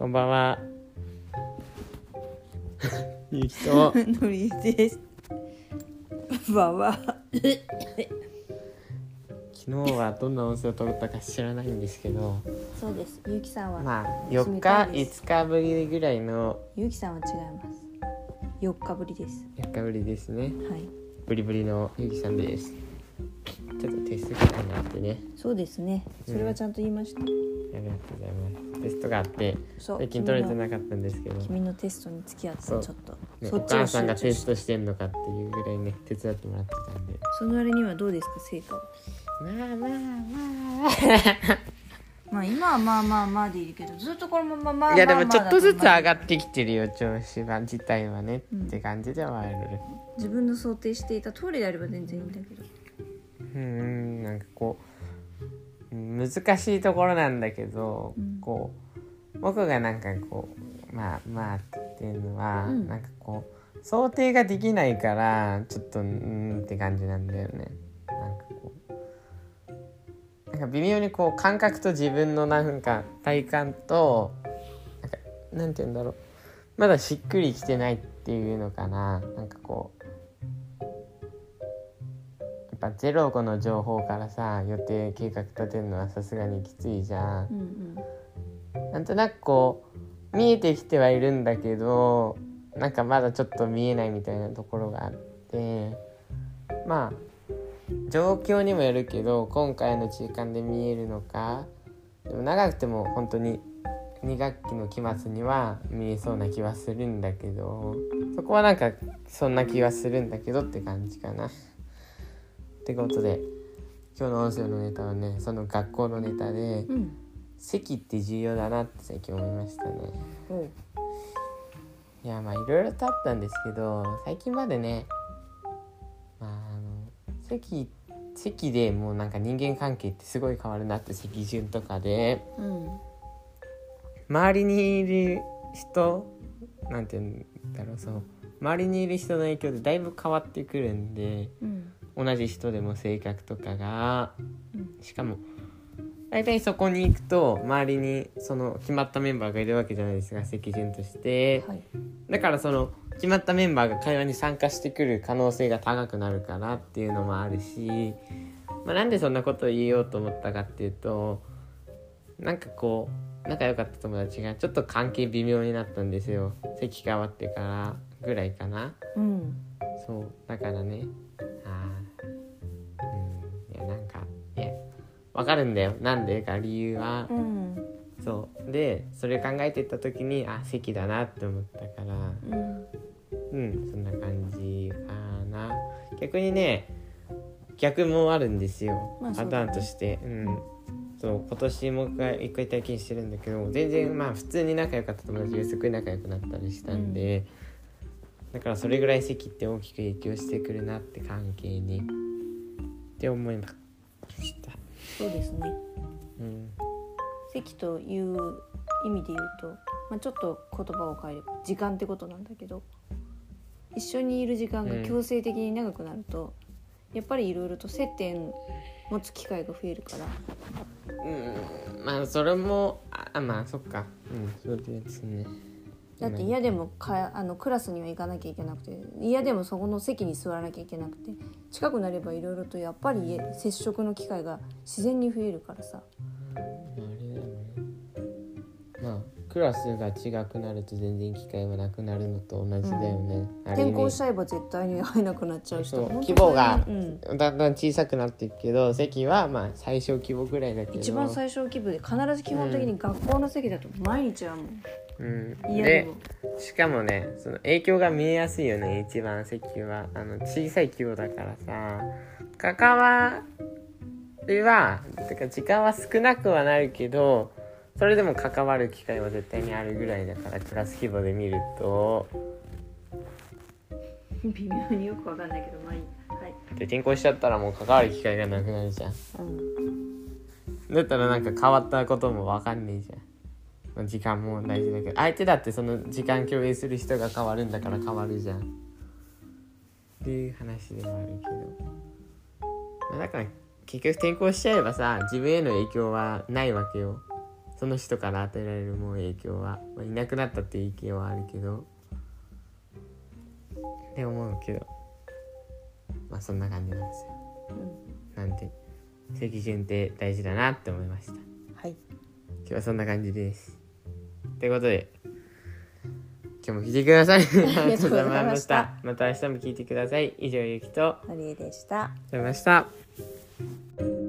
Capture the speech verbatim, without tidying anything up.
んばんは。ゆきとのりです。こんばんは。 昨日はどんな音声を撮ったか知らないんですけど、 そうです。ゆうきさんは、 まあよっかいつかぶりぐらいのゆうきさんは違います。よっかぶりです。 よっかぶりですね。 はい。 ブリブリのゆきさんです。ちょっとテストがあってね。 そうですね。それはちゃんと言いました。 うん、ありがとうございます。テストがあって最近取れてなかったんですけど、 君のテストに付き合ってちょっと、 ね、お母さんがテストしてんのかっていうぐらいね手伝ってもらってたんで、 その割にはどうですか成果は。 まあまあまあまあ今はまあまあまあでいいけど、ずっとこのまままあまあまあいやでもちょっとずつ上がってきてるよ調子は自体はね、うん、って感じではある。 自分の想定していた通りであれば全然いいんだけど、 うーんなんかこう難しいところなんだけど、うん、こう僕がなんかこうまあまあっていうのは、うん、なんかこう想定ができないからちょっとうーんって感じなんだよね。なんかこうなんか微妙にこう感覚と自分のなんか体感となんかなんていうんだろう、まだしっくりきてないっていうのかな。なんかこうやっぱゼロ個の情報からさ予定計画立てるのはさすがにきついじゃん、うんうん、なんとなくこう見えてきてはいるんだけどなんかまだちょっと見えないみたいなところがあって、まあ状況にもよるけど今回の中間で見えるのか、でも長くても本当にに学期の期末には見えそうな気はするんだけど、そこはなんかそんな気はするんだけどって感じかな。ってことで今日の音声のネタはね、その学校のネタで、うん、席って重要だなって最近思いましたね、うん、いやまあいろいろとあったんですけど最近までね、まあ、あの席席でもうなんか人間関係ってすごい変わるなって席順とかで、うん、周りにいる人なんていうんだろう、そう周りにいる人の影響でだいぶ変わってくるんで、うん同じ人でも性格とかが、うん、しかも大体そこに行くと周りにその決まったメンバーがいるわけじゃないですか、席順として、はい、だからその決まったメンバーが会話に参加してくる可能性が高くなるからっていうのもあるし、まあ、なんでそんなことを言おうと思ったかっていうと、なんかこう仲良かった友達がちょっと関係微妙になったんですよ、席変わってからぐらいかな、うん、そうだからねわかるんだよ、なんでか理由は、うん、そうでそれを考えていった時にあ席だなって思ったから、うん、うん、そんな感じかな。逆にね逆もあるんですよ、まあそうだね、パターンとして、うん、そう今年もう一回一回体験してるんだけど全然まあ普通に仲良かった友達がすごい仲良くなったりしたんで、うん、だからそれぐらい席って大きく影響してくるなって関係にって思いました。 そうですね、うん、席という意味で言うと、まあ、ちょっと言葉を変えれば時間ってことなんだけど、一緒にいる時間が強制的に長くなると、うん、やっぱりいろいろと接点持つ機会が増えるから、 うん、まあそれもあまあそっか、うんそうですね。 だって嫌でもかあのクラスには行かなきゃいけなくて、嫌でもそこの席に座らなきゃいけなくて、近くなればいろいろとやっぱり接触の機会が自然に増えるからさ。 あれだよね、まあクラスが違くなると全然機会はなくなるのと同じだよね、 うん、転校しちゃえば絶対に会えなくなっちゃう人、 規模がだんだん小さくなっていくけど、うん、席はまあ最小規模ぐらいだけど、 一番最小規模で必ず基本的に学校の席だと毎日はもう、 うん、でしかもねその影響が見えやすいよね。一番席はあの小さい規模だからさ、関わりはてか時間は少なくはなるけどそれでも関わる機会は絶対にあるぐらいだから、クラス規模で見ると微妙によくわかんないけどまあいい、はい、 で転校しちゃったらもう関わる機会がなくなるじゃん、うん、だったらなんか変わったこともわかんねえじゃん。時間も大事だけど相手だってその時間共有する人が変わるんだから変わるじゃんっていう話でもあるけど、だから結局転校しちゃえばさ自分への影響はないわけよ。 その人から与えられるもう影響は、まあ、いなくなったっていう意見はあるけどって思うけど、まあそんな感じなんですよ、うん、なんで席順って大事だなって思いました。 はい、 今日はそんな感じです。ということで今日も聞いてくださいありがとうございました。また明日も聞いてください。以上ゆきとのりえでした。 ありがとうございました。